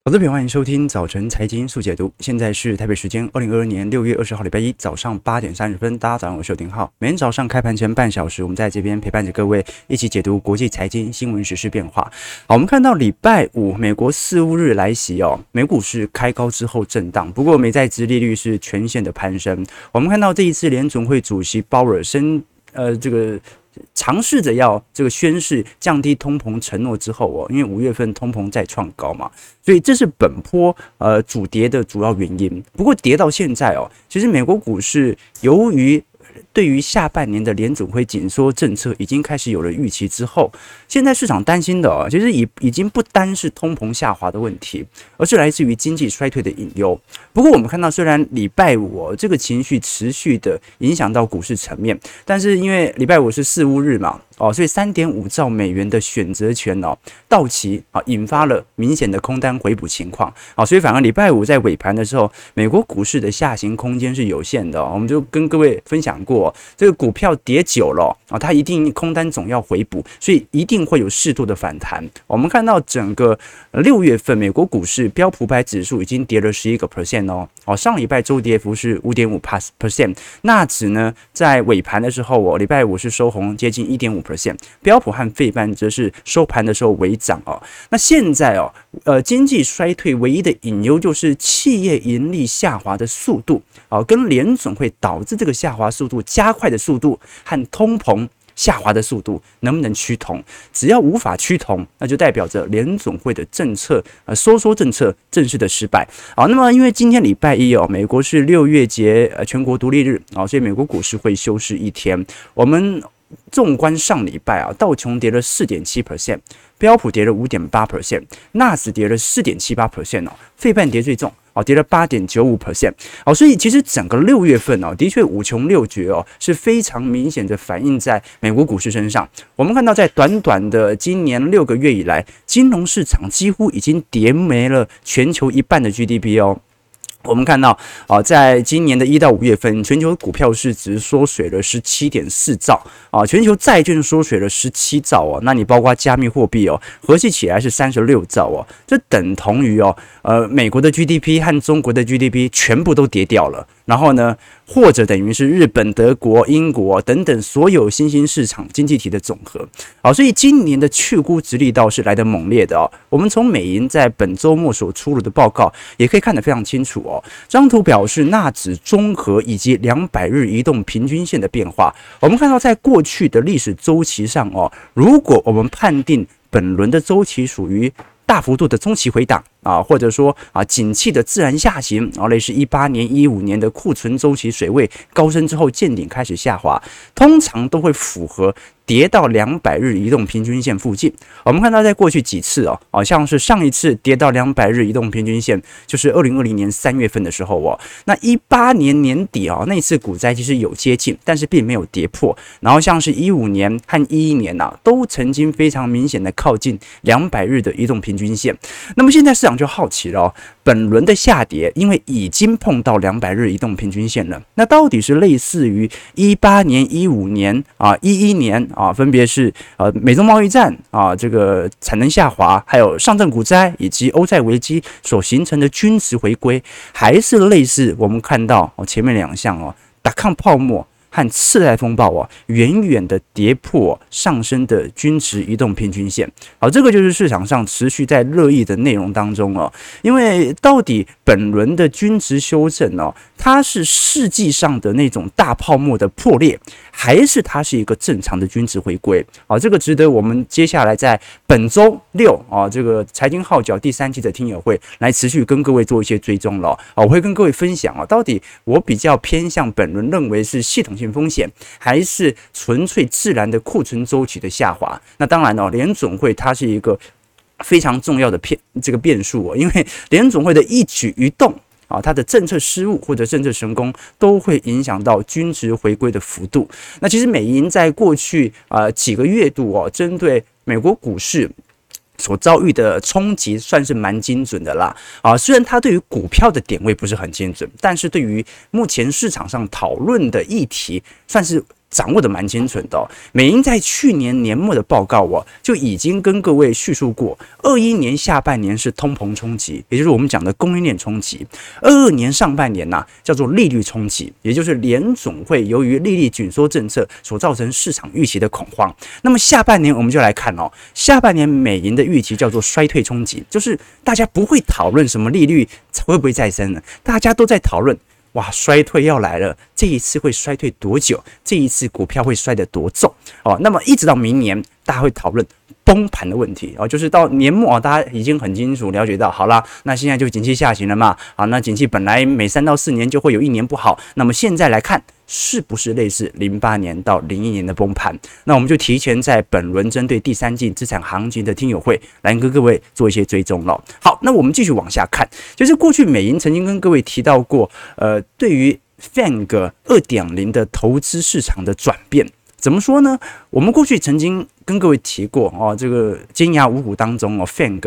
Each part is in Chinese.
投资朋友，欢迎收听早晨财经速解读。现在是台北时间2022年6月20号礼拜一早上8点30分。大家早上好，我是丁浩。每天早上开盘前半小时，我们在这边陪伴着各位一起解读国际财经新闻时事变化。好，我们看到礼拜五美国四乌日来袭哦，美股是开高之后震荡，不过美债殖利率是全线的攀升。我们看到这一次联准会主席鲍尔尝试着要宣示降低通膨承诺之后哦，因为5月份通膨再创高嘛，所以这是本波主跌的主要原因。不过跌到现在哦，其实美国股市由于对于下半年的联准会紧缩政策已经开始有了预期之后，现在市场担心的其实已经不单是通膨下滑的问题，而是来自于经济衰退的隐忧。不过我们看到，虽然礼拜五这个情绪持续的影响到股市层面，但是因为礼拜五是四乌日嘛，所以3.5兆美元的选择权到期引发了明显的空单回补情况所以反而礼拜五在尾盘的时候，美国股市的下行空间是有限的我们就跟各位分享过，这个股票跌久了它一定空单总要回补，所以一定会有适度的反弹。我们看到整个6月份美国股市标普500指数已经跌了11%上礼拜周跌幅是 5.5%， 纳指呢在尾盘的时候礼拜五是收红接近 1.5%， 标普和费半则是收盘的时候微涨那现在经济衰退唯一的隐忧就是企业盈利下滑的速度跟联准会导致这个下滑速度加快的速度和通膨下滑的速度能不能趋同？只要无法趋同，那就代表着联准会的政策收缩政策正式的失败那么因为今天礼拜一美国是6月节全国独立日所以美国股市会休市一天。我们纵观上礼拜道琼跌了 4.7%， 标普跌了 5.8%， 纳指跌了 4.78%费半跌最重跌了 8.95%所以其实整个6月份的确五穷六绝是非常明显的反映在美国股市身上。我们看到在短短的今年6个月以来，金融市场几乎已经跌没了全球一半的 GDP 我们看到在今年的1到5月份，全球股票市值缩水了 17.4 兆全球债券缩水了17兆那你包括加密货币合计起来是36兆这等同于美国的 GDP 和中国的 GDP 全部都跌掉了。然后呢，或者等于是日本、德国、英国等等所有新兴市场经济体的总和所以今年的去估值力道是来得猛烈的我们从美银在本周末所出炉的报告也可以看得非常清楚这张图表示纳指综合以及200日移动平均线的变化。我们看到在过去的历史周期上如果我们判定本轮的周期属于大幅度的中期回档或者说景气的自然下行类似18年、15年的库存周期水位高升之后见顶开始下滑，通常都会符合跌到200日移动平均线附近。我们看到在过去几次像是上一次跌到200日移动平均线就是2020年3月份的时候那18年年底那次股灾其实有接近，但是并没有跌破。然后像是15年和11年都曾经非常明显的靠近200日的移动平均线。那么现在市场就好奇了本轮的下跌因为已经碰到200日移动平均线了，那到底是类似于18年、15年11年分别是美中贸易战这个产能下滑，还有上证股灾以及欧债危机所形成的均值回归，还是类似我们看到前面两项.com 泡沫和次贷风暴远远的跌破上升的均值移动平均线这个就是市场上持续在热议的内容当中因为到底本轮的均值修正它是世纪上的那种大泡沫的破裂，还是它是一个正常的均值回归这个值得我们接下来在本周6这个财经号角第3季的听友会来持续跟各位做一些追踪了我会跟各位分享到底我比较偏向本轮认为是系统性风险，还是纯粹自然的库存周期的下滑。那当然联准会它是一个非常重要的这个变数因为联准会的一举一动它的政策失误或者政策成功都会影响到均值回归的幅度。那其实美银在过去几个月度针对美国股市所遭遇的冲击算是蛮精准的啦虽然它对于股票的点位不是很精准，但是对于目前市场上讨论的议题算是掌握的蛮精准的美银在去年年末的报告就已经跟各位叙述过，21年下半年是通膨冲击，也就是我们讲的供应链冲击；22年上半年叫做利率冲击，也就是联总会由于利率紧缩政策所造成市场预期的恐慌。那么下半年我们就来看下半年美银的预期叫做衰退冲击，就是大家不会讨论什么利率会不会再升了，大家都在讨论。哇，衰退要来了！这一次会衰退多久？这一次股票会摔得多重？那么一直到明年，大家会讨论崩盘的问题就是到年末大家已经很清楚了解到，好啦，那现在就景气下行了嘛，那景气本来每3到4年就会有1年不好，那么现在来看，是不是类似08年到01年的崩盘？那我们就提前在本轮针对第3季资产行情的听友会来跟各位做一些追踪了。好，那我们继续往下看，就是过去美银曾经跟各位提到过，对于 FANG 2.0 的投资市场的转变。怎么说呢？我们过去曾经跟各位提过这个尖牙五虎当中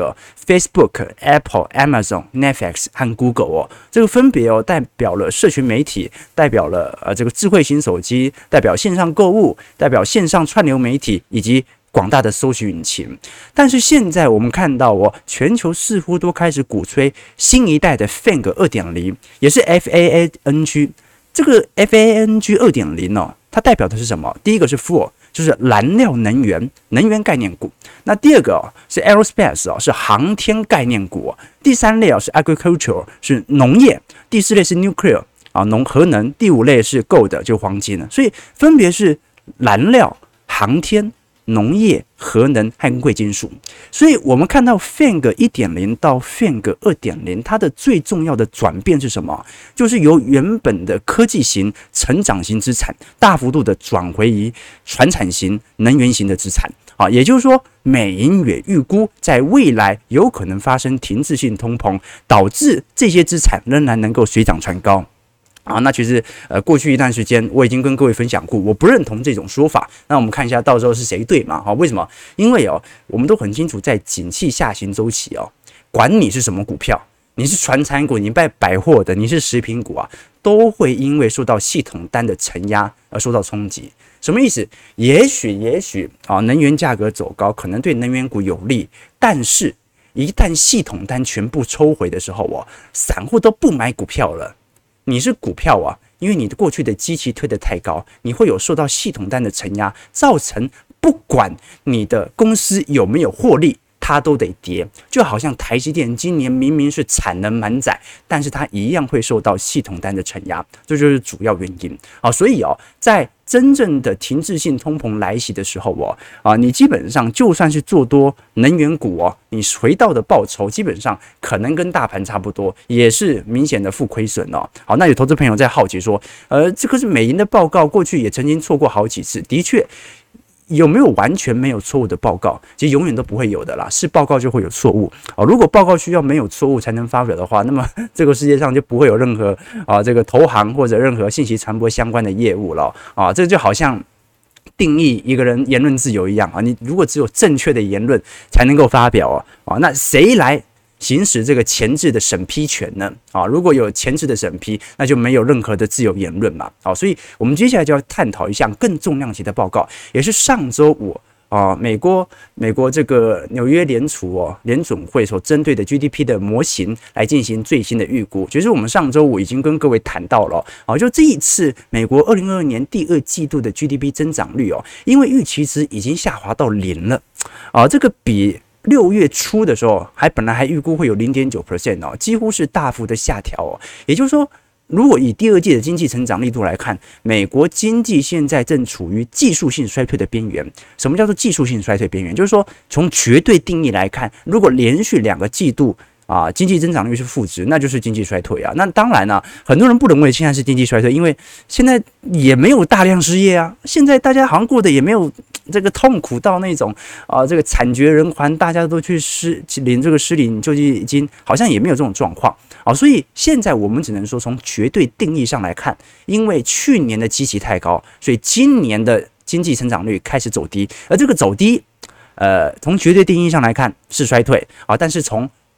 FANG、Facebook、Apple、Amazon、Netflix 和 Google 这个分别代表了社群媒体，代表了这个智慧型手机，代表线上购物，代表线上串流媒体以及广大的搜寻引擎。但是现在我们看到全球似乎都开始鼓吹新一代的 FANG 2.0， 也是 FANG。这个 FANG 2.0它代表的是什么？第一个是 FUEL， 就是燃料能源概念股。那第二个是 Aerospace， 是航天概念股。第3类是 Agriculture， 是农业。第4类是 Nuclear， 核能。第5类是 Gold， 就黄金了。所以分别是燃料、航天、农业、核能和贵金属。所以我们看到 FANG 1.0 到 FANG 2.0， 它的最重要的转变是什么？就是由原本的科技型、成长型资产大幅度的转回于传产型、能源型的资产。也就是说，美银也预估在未来有可能发生停滞性通膨，导致这些资产仍然能够水涨船高。那其实过去一段时间我已经跟各位分享过，我不认同这种说法。那我们看一下到时候是谁对嘛？为什么？因为我们都很清楚，在景气下行周期管你是什么股票，你是传产股，你卖百货的，你是食品股都会因为受到系统单的承压而受到冲击。什么意思？也许能源价格走高可能对能源股有利，但是一旦系统单全部抽回的时候散户都不买股票了。你是股票因为你的过去的基期推得太高，你会有受到系统单的承压，造成不管你的公司有没有获利，它都得跌。就好像台积电今年明明是产能满载，但是它一样会受到系统单的承压，这就是主要原因。所以在真正的停滞性通膨来袭的时候你基本上就算是做多能源股你回到的报酬基本上可能跟大盘差不多，也是明显的负亏损好，那有投资朋友在好奇说，这个是美银的报告，过去也曾经错过好几次，的确。有没有完全没有错误的报告？其实永远都不会有的啦，是报告就会有错误如果报告需要没有错误才能发表的话，那么这个世界上就不会有任何这个投行或者任何信息传播相关的业务了这就好像定义一个人言论自由一样你如果只有正确的言论才能够发表那谁来行使这个前置的审批权呢？如果有前置的审批，那就没有任何的自由言论嘛。所以我们接下来就要探讨一项更重量级的报告，也是上周五美国这个纽约联储联准会所针对的 GDP 的模型来进行最新的预估。其实我们上周五已经跟各位谈到了就这一次美国2022年第2季度的 GDP 增长率因为预期值已经下滑到0了这个比6月初的时候本来还预估会有 0.9% 几乎是大幅的下调也就是说，如果以第2季的经济成长力度来看，美国经济现在正处于技术性衰退的边缘。什么叫做技术性衰退边缘？就是说从绝对定义来看，如果连续2个季度经济增长率是负值，那就是经济衰退那当然很多人不认为现在是经济衰退，因为现在也没有大量失业现在大家好像过得也没有这个痛苦到那种这个惨绝人寰，大家都去领这个失领救济金，好像也没有这种状况所以现在我们只能说从绝对定义上来看，因为去年的基期太高，所以今年的经济成长率开始走低，而这个走低从绝对定义上来看是衰退但是从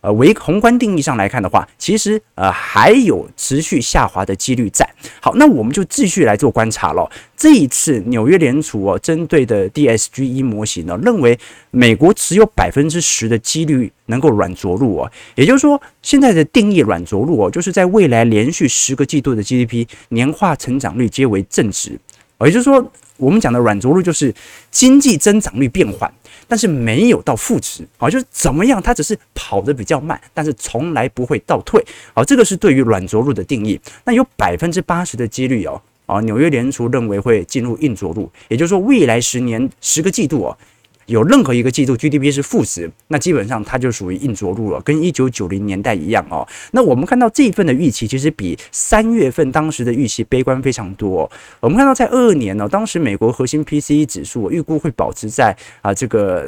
为宏观定义上来看的话，其实还有持续下滑的几率在。好，那我们就继续来做观察了。这一次纽约联储针对的 DSGE 模型呢，认为美国只有10%的几率能够软着陆也就是说，现在的定义软着陆就是在未来连续10个季度的 GDP 年化成长率皆为正值。也就是说，我们讲的软着陆就是经济增长率变缓，但是没有到负值，就是怎么样，它只是跑得比较慢，但是从来不会倒退。这个是对于软着陆的定义。那有80%的几率纽约联储认为会进入硬着陆，也就是说，未来10个季度有任何一个季度 GDP 是负值，那基本上它就属于硬着陆了，跟1990年代一样那我们看到这一份的预期，其实比3月份当时的预期悲观非常多我们看到在22年当时美国核心 PCE 指数预估会保持在这个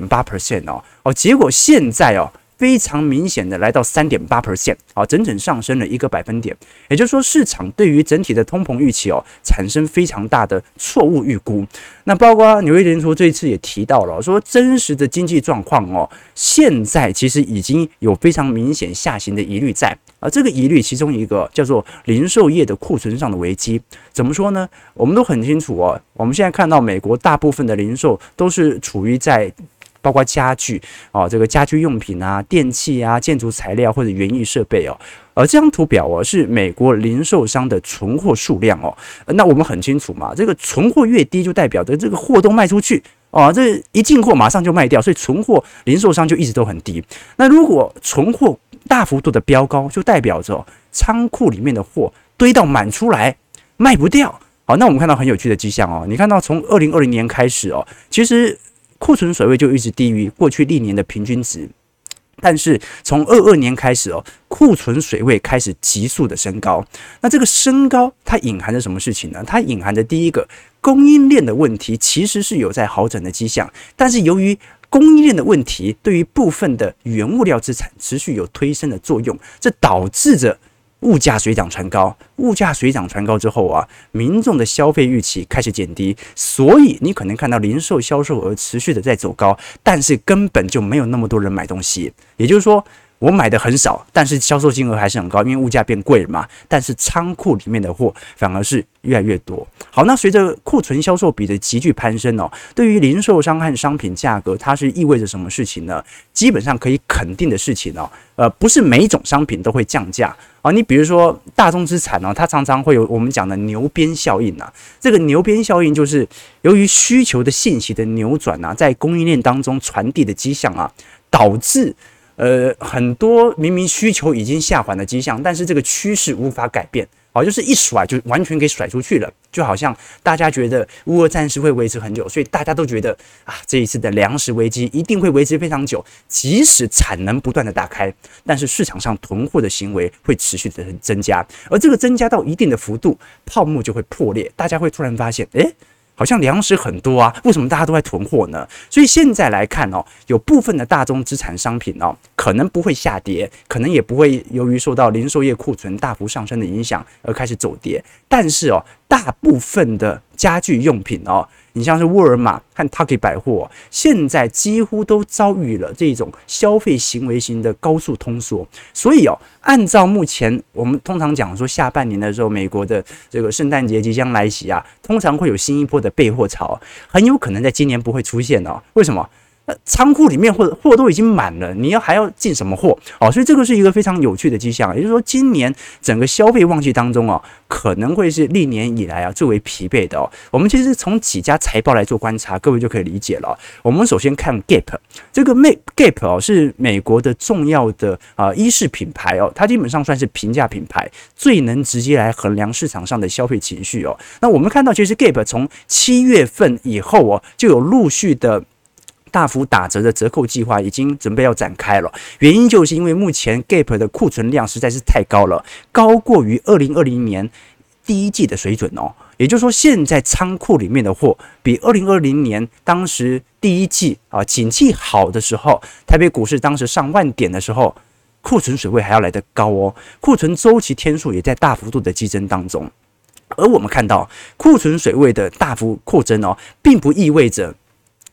2.8% 结果现在非常明显的来到 3.8%， 整整上升了1个百分点。也就是说，市场对于整体的通膨预期产生非常大的错误预估。那包括纽约联储这一次也提到了，说真实的经济状况现在其实已经有非常明显下行的疑虑在。这个疑虑其中一个叫做零售业的库存上的危机。怎么说呢？我们都很清楚我们现在看到美国大部分的零售都是处于在包括家具这个家居用品电器建筑材料或者园艺设备而这张图表是美国零售商的存货数量那我们很清楚嘛，这个存货越低，就代表着这个货都卖出去这一进货马上就卖掉，所以存货零售商就一直都很低。那如果存货大幅度的飙高，就代表着仓库里面的货堆到满出来，卖不掉。好，那我们看到很有趣的迹象你看到从2020年开始其实库存水位就一直低于过去历年的平均值，但是从22年开始库存水位开始急速的升高。那这个升高它隐含着什么事情呢？它隐含着第一个，供应链的问题其实是有在好转的迹象，但是由于供应链的问题对于部分的原物料资产持续有推升的作用，这导致着物价水涨船高，物价水涨船高之后民众的消费预期开始减低，所以你可能看到零售销售额持续的在走高，但是根本就没有那么多人买东西。也就是说，我买的很少，但是销售金额还是很高，因为物价变贵了嘛。但是仓库里面的货反而是越来越多。好，那随着库存销售比的急剧攀升对于零售商和商品价格，它是意味着什么事情呢？基本上可以肯定的事情不是每一种商品都会降价你比如说大宗资产它常常会有我们讲的牛鞭效应这个牛鞭效应就是由于需求的信息的扭转在供应链当中传递的迹象导致很多明明需求已经下滑的迹象，但是这个趋势无法改变就是一甩就完全给甩出去了，就好像大家觉得乌俄战事会维持很久，所以大家都觉得这一次的粮食危机一定会维持非常久，即使产能不断的打开，但是市场上囤货的行为会持续的增加，而这个增加到一定的幅度，泡沫就会破裂，大家会突然发现好像粮食很多为什么大家都在囤货呢？所以现在来看有部分的大宗资产商品可能不会下跌，可能也不会由于受到零售业库存大幅上升的影响而开始走跌，但是大部分的家具用品你像是沃尔玛和 Target 百货现在几乎都遭遇了这种消费行为型的高速通缩，所以按照目前我们通常讲说下半年的时候，美国的这个圣诞节即将来袭通常会有新一波的备货潮，很有可能在今年不会出现为什么？仓库里面货都已经满了，你还要进什么货所以这个是一个非常有趣的迹象，也就是说今年整个消费旺季当中可能会是历年以来最为疲惫的我们其实从几家财报来做观察，各位就可以理解了我们首先看 Gap， 这个 Gap 是美国的重要的衣饰品牌它基本上算是平价品牌，最能直接来衡量市场上的消费情绪那我们看到其实 Gap 从7月份以后就有陆续的大幅打折的折扣计划已经准备要展开了，原因就是因为目前 Gap 的库存量实在是太高了，高过于2020年第一季的水准也就是说，现在仓库里面的货比2020年当时第一季景气好的时候，台北股市当时上万点的时候，库存水位还要来得高库存周期天数也在大幅度的激增当中。而我们看到库存水位的大幅扩增并不意味着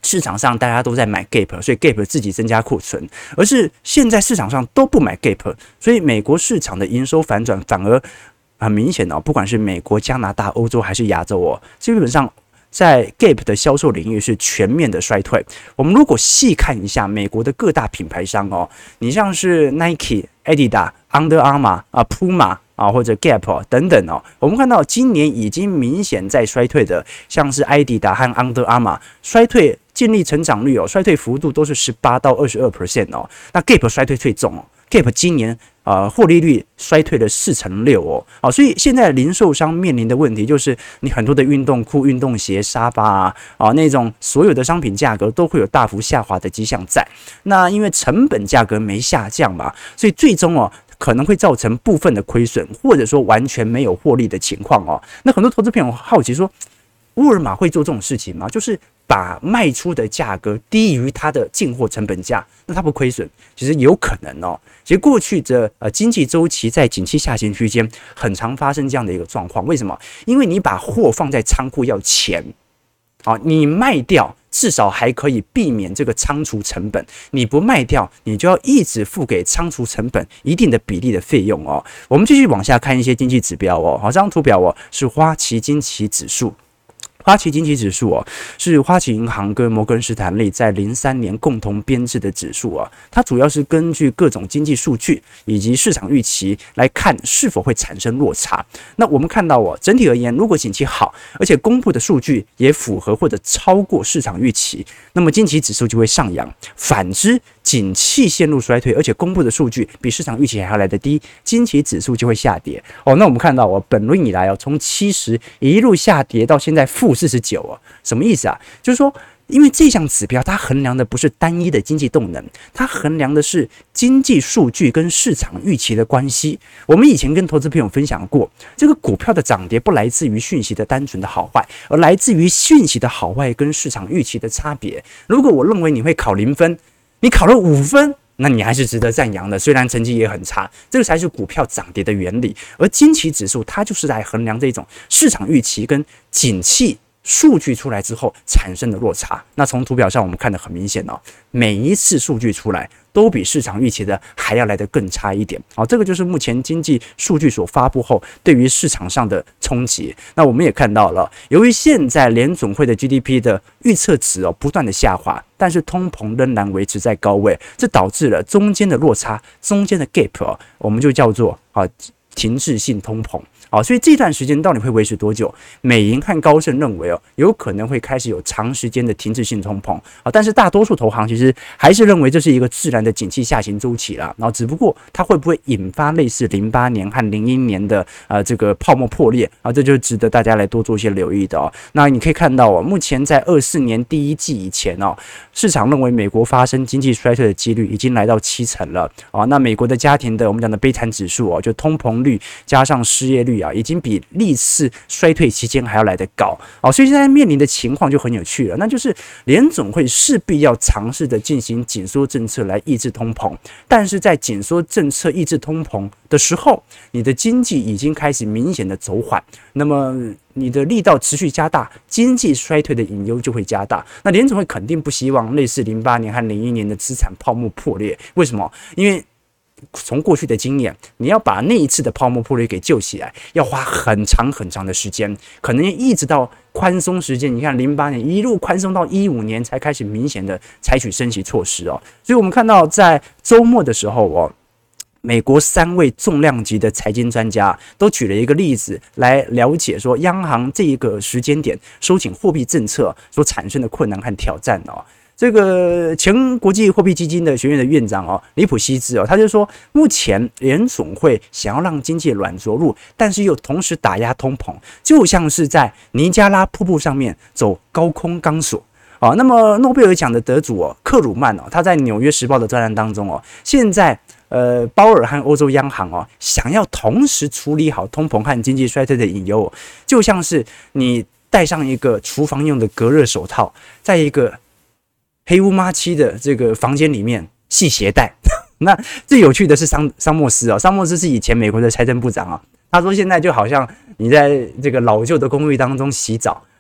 市场上大家都在买 Gap， 所以 Gap 自己增加库存，而是现在市场上都不买 Gap， 所以美国市场的营收反转反而很明显哦，不管是美国、加拿大、欧洲还是亚洲哦，基本上在 Gap 的销售领域是全面的衰退。我们如果细看一下美国的各大品牌商哦，你像是 Nike、Adidas、Under Armour 啊、Puma 啊或者 Gap 等等哦，我们看到今年已经明显在衰退的，像是 Adidas 和 Under Armour 衰退净利成长率哦，衰退幅度都是18%到22%哦。那 Gap 衰退最重哦 ，Gap 今年获利率衰退了46%哦，所以现在零售商面临的问题就是，你很多的运动裤、运动鞋、沙发那种所有的商品价格都会有大幅下滑的迹象在。那因为成本价格没下降嘛，所以最终哦可能会造成部分的亏损，或者说完全没有获利的情况哦。那很多投资朋友好奇说，沃尔玛会做这种事情吗？就是把卖出的价格低于它的进货成本价，那它不亏损？其实有可能哦。其实过去的经济周期在景气下行区间，很常发生这样的一个状况。为什么？因为你把货放在仓库要钱，你卖掉至少还可以避免这个仓储成本，你不卖掉，你就要一直付给仓储成本一定的比例的费用哦。我们继续往下看一些经济指标哦。好，这张图表哦是花旗经济指数。花旗经济指数是花旗银行跟摩根士丹利在03年共同编制的指数它主要是根据各种经济数据以及市场预期来看是否会产生落差。那我们看到整体而言，如果景气好，而且公布的数据也符合或者超过市场预期，那么经济指数就会上扬。反之，景气陷入衰退，而且公布的数据比市场预期还要来得低，经济指数就会下跌那我们看到本轮以来从70一路下跌到现在负49什么意思啊？就是说，因为这项指标它衡量的不是单一的经济动能，它衡量的是经济数据跟市场预期的关系。我们以前跟投资朋友分享过，这个股票的涨跌不来自于讯息的单纯的好坏，而来自于讯息的好坏跟市场预期的差别。如果我认为你会考0分，你考了5分，那你还是值得赞扬的，虽然成绩也很差，这个才是股票涨跌的原理。而经济指数它就是来衡量这种市场预期跟景气数据出来之后产生的落差。那从图表上我们看得很明显每一次数据出来都比市场预期的还要来得更差一点这个就是目前经济数据所发布后对于市场上的冲击。那我们也看到了，由于现在联总会的 GDP 的预测值不断的下滑，但是通膨仍然维持在高位，这导致了中间的落差，中间的 gap 我们就叫做停滞性通膨所以这段时间到底会维持多久？美银和高盛认为有可能会开始有长时间的停滞性通膨但是大多数投行其实还是认为这是一个自然的景气下行周期啦。然后只不过它会不会引发类似08年和01年的这个泡沫破裂这就值得大家来多做一些留意的那你可以看到目前在24年第一季以前市场认为美国发生经济衰退的几率已经来到70%了那美国的家庭的我们讲的悲惨指数就通膨率加上失业率已经比历次衰退期间还要来得高所以现在面临的情况就很有趣了，那就是联总会势必要尝试的进行紧缩政策来抑制通膨，但是在紧缩政策抑制通膨的时候，你的经济已经开始明显的走缓，那么你的力道持续加大，经济衰退的隐忧就会加大。那联总会肯定不希望类似08年和01年的资产泡沫破裂，为什么？因为从过去的经验，你要把那一次的泡沫破裂给救起来，要花很长很长的时间，可能一直到宽松时间。你看08年一路宽松到15年才开始明显的采取升息措施所以我们看到在周末的时候美国3位重量级的财经专家都举了一个例子来了解说央行这一个时间点收紧货币政策所产生的困难和挑战这个前国际货币基金的学院的院长李普希兹他就说，目前联总会想要让经济软着陆，但是又同时打压通膨，就像是在尼加拉瀑布上面走高空钢索那么诺贝尔奖的得主克鲁曼他在《纽约时报》的专栏当中现在鲍尔和欧洲央行想要同时处理好通膨和经济衰退的隐忧就像是你戴上一个厨房用的隔热手套，在一个黑乌麻漆的这个房间里面系鞋带。那最有趣的是桑莫斯桑莫斯是以前美国的财政部长他说现在就好像你在这个老旧的公寓当中洗澡，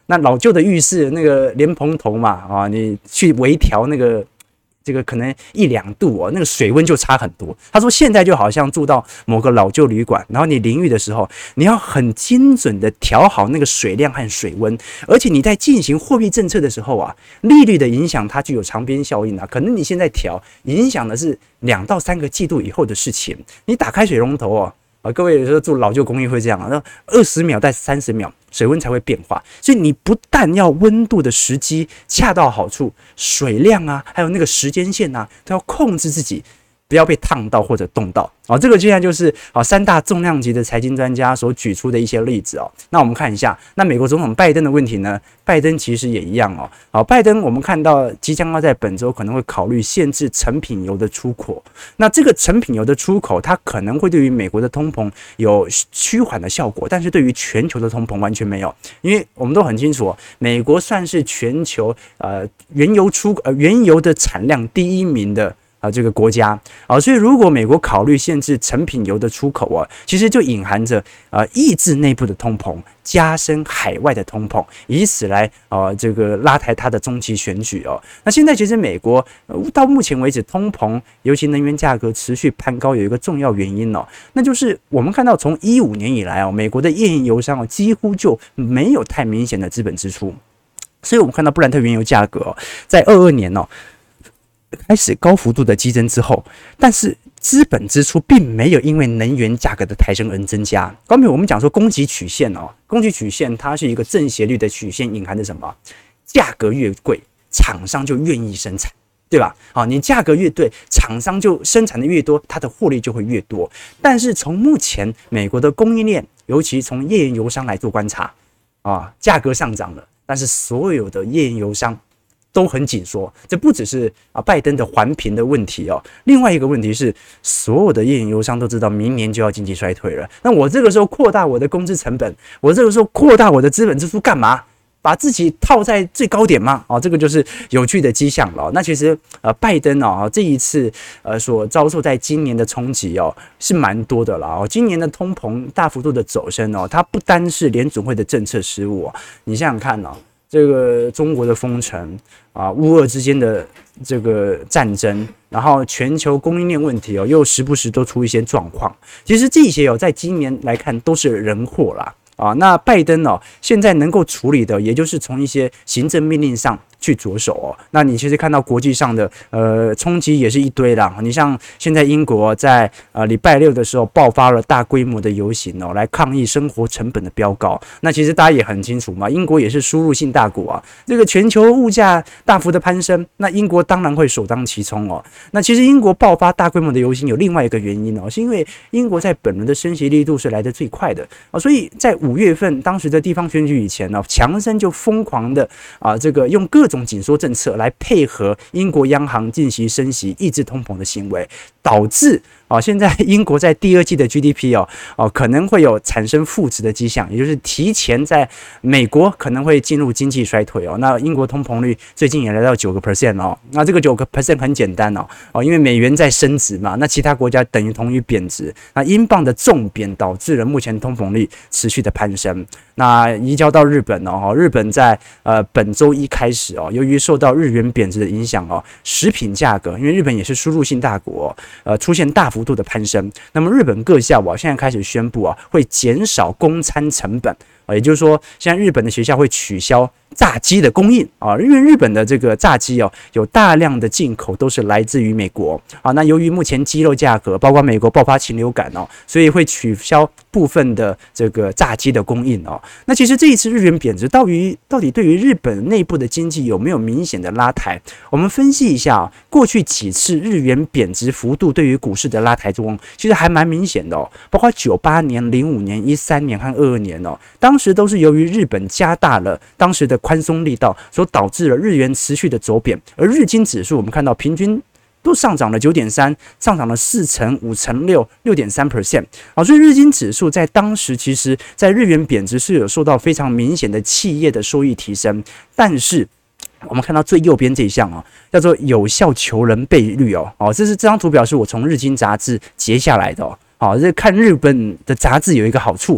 那老旧的浴室那个莲蓬头嘛，啊，你去微调那个。这个可能1-2度哦，那个水温就差很多。他说现在就好像住到某个老旧旅馆，然后你淋浴的时候，你要很精准的调好那个水量和水温，而且你在进行货币政策的时候啊，利率的影响它具有长边效应啊，可能你现在调，影响的是2到3个季度以后的事情。你打开水龙头哦。各位有时候住老旧公寓会这样啊，那20秒到30秒水温才会变化，所以你不但要温度的时机恰到好处，水量啊，还有那个时间线啊，都要控制自己，不要被烫到或者冻到。这个现在就是3大重量级的财经专家所举出的一些例子哦。那我们看一下，那美国总统拜登的问题呢？拜登其实也一样哦。拜登我们看到即将要在本周可能会考虑限制成品油的出口。那这个成品油的出口，它可能会对于美国的通膨有趋缓的效果，但是对于全球的通膨完全没有，因为我们都很清楚，美国算是全球原油的产量第1名的。这个国家所以如果美国考虑限制成品油的出口其实就隐含着抑制内部的通膨，加深海外的通膨，以此来这个拉抬它的中期选举那现在其实美国到目前为止通膨，尤其能源价格持续攀高，有一个重要原因那就是我们看到从15年以来美国的页岩油商几乎就没有太明显的资本支出，所以我们看到布兰特原油价格在22年开始高幅度的激增之后，但是资本支出并没有因为能源价格的抬升而增加。刚才我们讲说供给曲线供给曲线它是一个正斜率的曲线，隐含着什么？价格越贵，厂商就愿意生产，对吧？你价格越对，厂商就生产的越多，它的获利就会越多。但是从目前美国的供应链，尤其从页岩油商来做观察价格上涨了，但是所有的页岩油商都很紧缩，这不只是拜登的环评的问题另外一个问题是，所有的页岩油商都知道明年就要经济衰退了，那我这个时候扩大我的工资成本，我这个时候扩大我的资本支出干嘛？把自己套在最高点吗？这个就是有趣的迹象了。那其实拜登这一次所遭受在今年的冲击是蛮多的了今年的通膨大幅度的走升它不单是联准会的政策失误你想想看这个中国的封城乌俄之间的这个战争，然后全球供应链问题又时不时都出一些状况。其实这些在今年来看都是人祸啦那拜登现在能够处理的，也就是从一些行政命令上去着手那你其实看到国际上的冲击也是一堆啦。你像现在英国在礼拜6的时候爆发了大规模的游行来抗议生活成本的飙高。那其实大家也很清楚嘛，英国也是输入性大国这个全球物价大幅的攀升，那英国当然会首当其冲那其实英国爆发大规模的游行有另外一个原因是因为英国在本轮的升息力度是来得最快的所以在5月份当时的地方选举以前强生就疯狂的这个用各种紧缩政策来配合英国央行进行升息抑制通膨的行为，导致现在英国在第2季的 GDP 可能会有产生负值的迹象，也就是提前在美国可能会进入经济衰退那英国通膨率最近也来到9% 那这个9% 很简单因为美元在升值嘛，那其他国家等于贬值，那英镑的重贬导致了目前通膨率持续的攀升。那移交到日本日本在本周一开始由于受到日元贬值的影响食品价格，因为日本也是输入性大国出现大幅度的攀升。那么日本各校现在开始宣布会减少供餐成本也就是说，现在日本的学校会取消炸鸡的供应因为日本的这个炸鸡有大量的进口都是来自于美国那由于目前鸡肉价格包括美国爆发禽流感所以会取消部分的这个炸鸡的供应那其实这一次日元贬值到底对于日本内部的经济有没有明显的拉抬？我们分析一下过去几次日元贬值幅度对于股市的拉抬中，其实还蛮明显的包括98年、05年、13年和22年当时都是由于日本加大了当时的宽松力道，所导致了日元持续的走贬，而日经指数我们看到平均都上涨了 9.3%， 上涨了4成、5成、6.3%所以日经指数在当时其实在日元贬值是有受到非常明显的企业的收益提升。但是我们看到最右边这一项叫做有效求人倍率这张图表是我从日经杂志截下来的这看日本的杂志有一个好处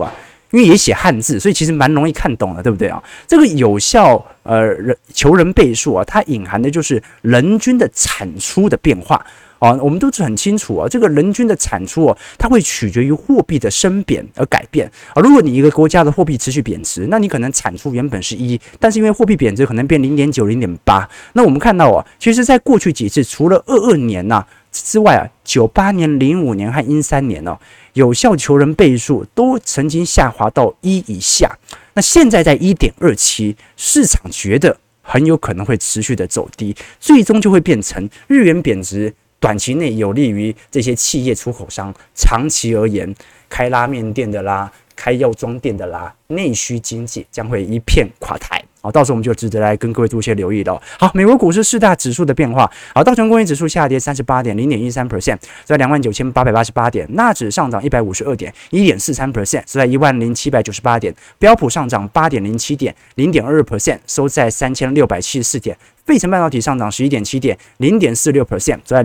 因为也写汉字，所以其实蛮容易看懂的，对不对啊？这个有效求人倍数啊，它隐含的就是人均的产出的变化。我们都是很清楚啊，这个人均的产出它会取决于货币的升贬而改变啊。如果你一个国家的货币持续贬值，那你可能产出原本是1，但是因为货币贬值，可能变0.9、0.8。那我们看到其实在过去几次，除了22年之外98年、05年和13年有效求人倍数都曾经下滑到1以下。那现在在1.27，市场觉得很有可能会持续的走低，最终就会变成日元贬值。短期内有利于这些企业出口商，长期而言，开拉面店的啦，开药妆店的啦，内需经济将会一片垮台。到时候我们就值得来跟各位做一些留意了。好，美国股市4大指数的变化。好，道琼工业指数下跌38点 0.13%， 在29,888点；纳指上涨152点 1.43%， 收在10,798点；标普上涨8.07点 0.22%， 收在3,674点。费城半导体上涨11.7点 0.46%， 在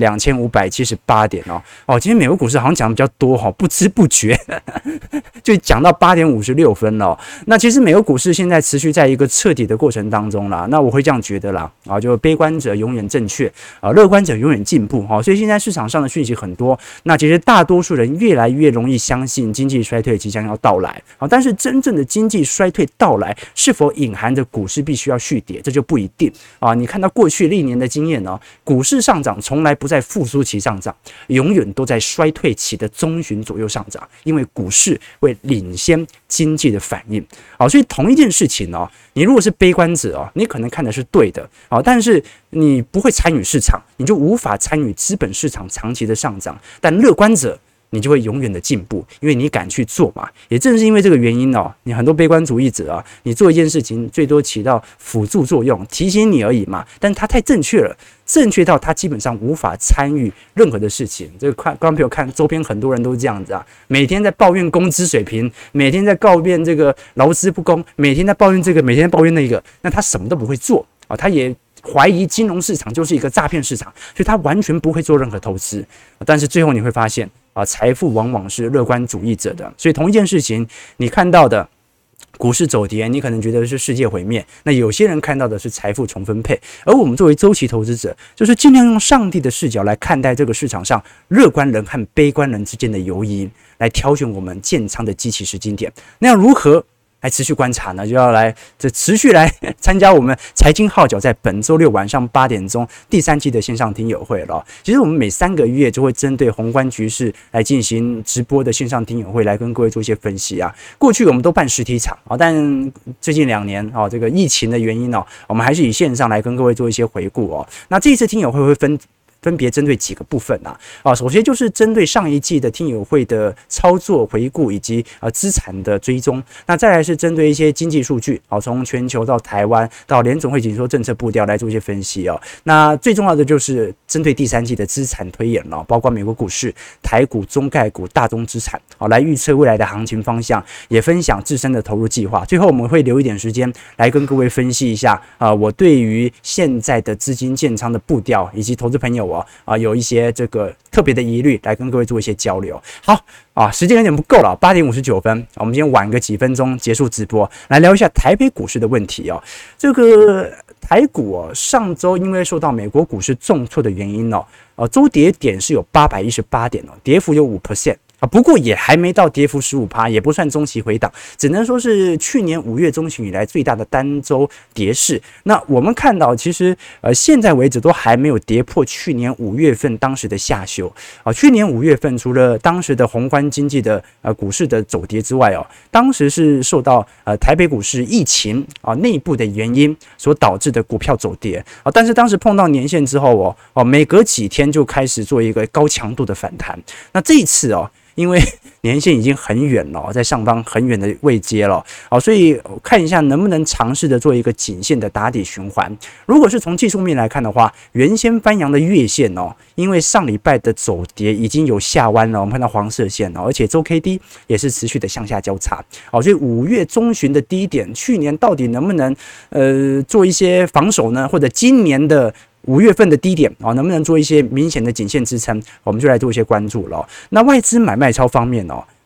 2578点今天美国股市好像讲的比较多不知不觉就讲到8点56分了。那其实美国股市现在持续在一个彻底的过程当中啦。那我会这样觉得啦就悲观者永远正确乐观者永远进步所以现在市场上的讯息很多。那其实大多数人越来越容易相信经济衰退即将要到来但是真正的经济衰退到来是否隐含着股市必须要续跌，这就不一定你看到过去历年的经验股市上涨从来不在复苏期上涨，永远都在衰退期的中旬左右上涨，因为股市会领先经济的反应所以同一件事情你如果是悲观者你可能看的是对的但是你不会参与市场，你就无法参与资本市场长期的上涨。但乐观者你就会永远的进步，因为你敢去做嘛。也正是因为这个原因你很多悲观主义者你做一件事情最多起到辅助作用，提醒你而已嘛。但是它太正确了，正确到他基本上无法参与任何的事情。这个观众朋友看周边很多人都这样子每天在抱怨工资水平，每天在抱怨这个劳资不公，每天在抱怨这个，每天在抱怨那个，那他什么都不会做他也怀疑金融市场就是一个诈骗市场，所以他完全不会做任何投资。但是最后你会发现财富往往是乐观主义者的。所以同一件事情，你看到的股市走跌，你可能觉得是世界毁灭，那有些人看到的是财富重分配。而我们作为周期投资者，就是尽量用上帝的视角来看待这个市场上乐观人和悲观人之间的游移，来挑选我们建仓的基期时间点。那要如何来持续观察呢？就要来持续来参加我们财经号角在本周六晚上8点钟第3季的线上听友会了。其实我们每3个月就会针对宏观局势来进行直播的线上听友会，来跟各位做一些分析过去我们都办实体场但最近2年这个疫情的原因我们还是以线上来跟各位做一些回顾那这一次听友会会分别针对几个部分首先就是针对上一季的听友会的操作回顾以及资产的追踪，那再来是针对一些经济数据从全球到台湾到联总会紧缩政策步调来做一些分析那最重要的就是针对第3季的资产推演包括美国股市、台股、中概股、大宗资产来预测未来的行情方向，也分享自身的投入计划。最后我们会留一点时间来跟各位分析一下我对于现在的资金建仓的步调以及投资朋友有一些这个特别的疑虑，来跟各位做一些交流。好时间有点不够了，8点59分，我们今天晚个几分钟结束直播，来聊一下台北股市的问题这个台股上周因为受到美国股市重挫的原因周跌点是有818点跌幅有5%。不过也还没到跌幅15%，也不算中期回档，只能说是去年5月中旬以来最大的单周跌势。那我们看到，其实现在为止都还没有跌破去年5月份当时的下修去年5月份除了当时的宏观经济的股市的走跌之外当时是受到台北股市疫情内部的原因所导致的股票走跌但是当时碰到年线之后每隔几天就开始做一个高强度的反弹。那这一次因为年线已经很远了，在上方很远的位阶了所以看一下能不能尝试的做一个颈线的打底循环。如果是从技术面来看的话，原先翻扬的月线因为上礼拜的走跌已经有下弯了，我们看到黄色线而且周 K D 也是持续的向下交叉所以5月中旬的低点，去年到底能不能做一些防守呢？或者今年的5月份的低点能不能做一些明显的颈线支撑，我们就来做一些关注了那外资买卖超方面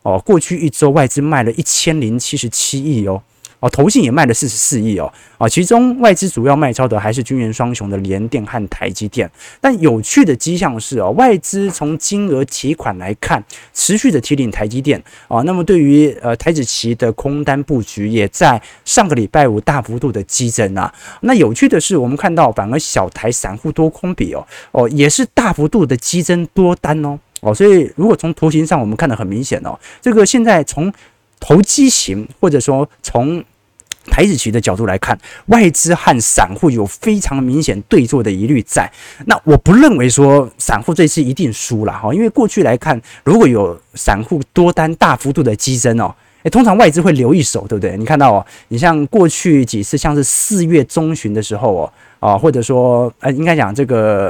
哦，过去一周外资卖了1077亿哦。投信也卖了44亿哦，其中外资主要卖超的还是军援双雄的联电和台积电。但有趣的迹象是外资从金额提款来看，持续的提领台积电那么对于台指期的空单布局，也在上个礼拜五大幅度的激增啊。那有趣的是，我们看到反而小台散户多空比也是大幅度的激增多单所以如果从图形上我们看得很明显这个现在从投机型或者说从台指期的角度来看，外资和散户有非常明显对做的疑虑在。那我不认为说散户这次一定输了因为过去来看，如果有散户多单大幅度的激增通常外资会留一手，对不对？你看到你像过去几次，像是4月中旬的时候或者说应该讲这个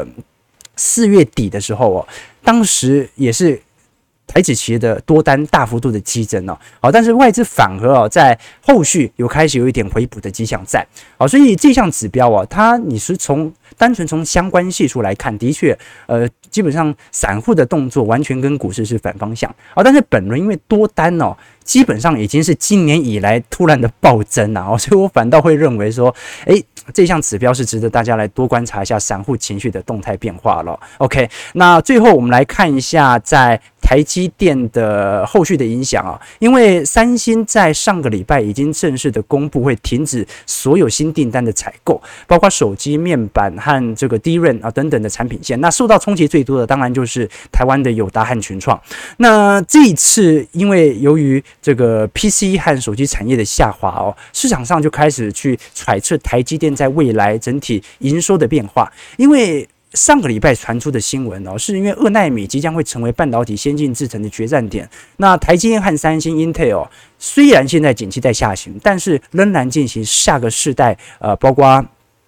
4月底的时候当时也是台指期的多单大幅度的激增但是外资反而在后续开始有一点回补的迹象在所以这项指标你是单纯从相关系数来看，的确基本上散户的动作完全跟股市是反方向但是本轮因为多单基本上已经是今年以来突然的暴增所以我反倒会认为说，这项指标是值得大家来多观察一下散户情绪的动态变化了。OK， 那最后我们来看一下在台积电的后续的影响因为三星在上个礼拜已经正式的公布会停止所有新订单的采购，包括手机面板和这个 DRAM 等等的产品线。那受到冲击最多的当然就是台湾的友达和群创。那这一次因为由于这个 PC 和手机产业的下滑市场上就开始去揣测台积电在未来整体营收的变化，因为上个礼拜传出的新闻是因为2奈米即将会成为半导体先进制程的决战点。那台积电和三星 Intel 虽然现在景气在下行，但是仍然进行下个世代包括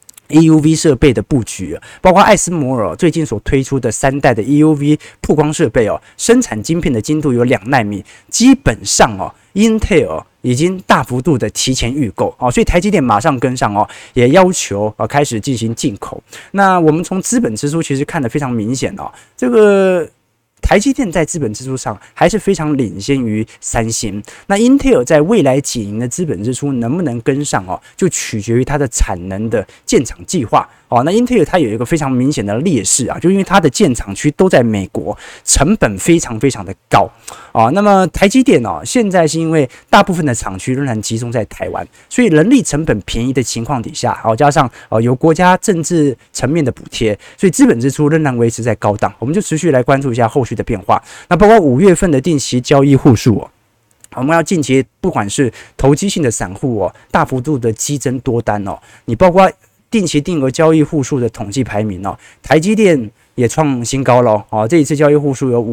EUV 设备的布局，包括艾斯摩尔最近所推出的3代的 EUV 曝光设备生产晶片的精度有2奈米，基本上Intel 已经大幅度的提前预购所以台积电马上跟上也要求开始进行进口。那我们从资本支出其实看得非常明显这个台积电在资本支出上还是非常领先于三星。那 Intel 在未来几年的资本支出能不能跟上就取决于它的产能的建厂计划那 Intel 它有一个非常明显的劣势就因为它的建厂区都在美国，成本非常非常的高那么台积电现在是因为大部分的厂区仍然集中在台湾，所以人力成本便宜的情况底下加上有国家政治层面的补贴，所以资本支出仍然维持在高档。我们就持续来关注一下后续的变化。那包括5月份的定期交易户数我们要近期不管是投机性的散户大幅度的激增多单你包括定期定额交易户数的统计排名台积电也创新高了这一次交易户数有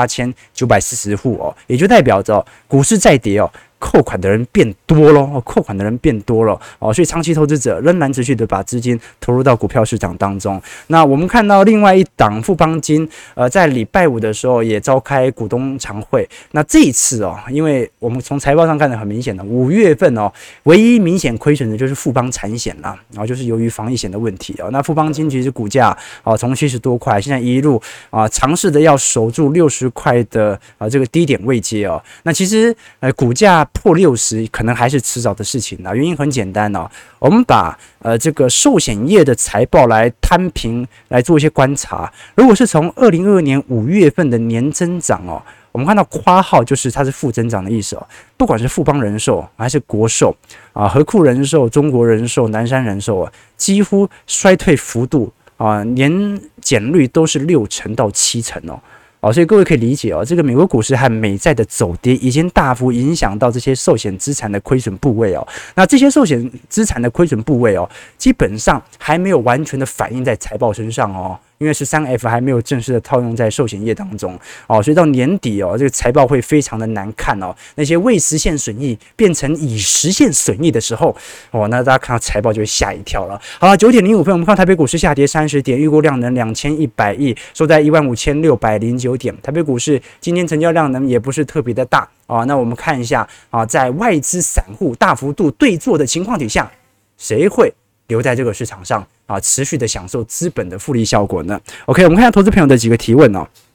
58940户也就代表着股市再跌扣款的人变多了所以长期投资者仍然持续的把资金投入到股票市场当中。那我们看到另外一档富邦金在礼拜五的时候也召开股东常会。那这一次因为我们从财报上看得很明显5月份唯一明显亏损的就是富邦产险啦就是由于防疫险的问题那富邦金其实股价从70多块现在一路尝试的要守住60块的这个低点位阶那其实股价破60可能还是迟早的事情原因很简单我们把这个寿险业的财报来摊平来做一些观察。如果是从2022年5月份的年增长我们看到括号就是它是负增长的意思不管是富邦人寿还是国寿和库人寿、中国人寿、南山人寿几乎衰退幅度年减率都是60%到70%所以各位可以理解这个美国股市和美债的走跌已经大幅影响到这些寿险资产的亏损部位那这些寿险资产的亏损部位基本上还没有完全的反映在财报身上因为13F 还没有正式的套用在寿险业当中所以到年底这个财报会非常的难看那些未实现损益变成已实现损益的时候那大家看到财报就会吓一跳了。好了，9点05分，我们看台北股市下跌30点，预估量能2100亿，收在15609点。台北股市今天成交量能也不是特别的大那我们看一下在外资散户大幅度对做的情况底下，谁会留在这个市场上持续的享受资本的复利效果呢？ OK， 我们看一下投资朋友的几个提问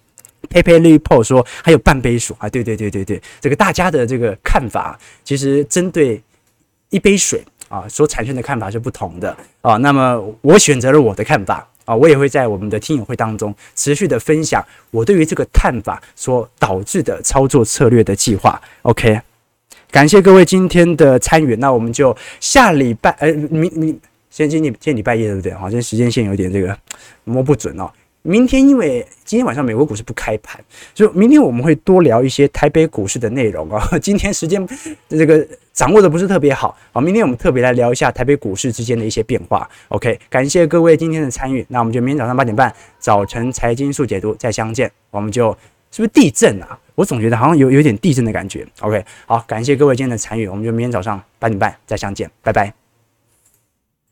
PayPal 说还有半杯水啊，对，这个大家的这个看法，其实针对一杯水啊所产生的看法是不同的啊。那么我选择了我的看法啊，我也会在我们的听友会当中持续的分享我对于这个看法所导致的操作策略的计划。OK， 感谢各位今天的参与，那我们就下礼拜今天礼拜一对不对？好，今天时间线有点这个摸不准哦。明天因为今天晚上美国股市不开盘，所以明天我们会多聊一些台北股市的内容啊。今天时间这个掌握的不是特别好啊，明天我们特别来聊一下台北股市之间的一些变化。OK， 感谢各位今天的参与，那我们就明天早上8点半早晨财经速解读再相见。我们就是不是地震啊？我总觉得好像有点地震的感觉。OK， 好，感谢各位今天的参与，我们就明天早上8点半再相见，拜拜。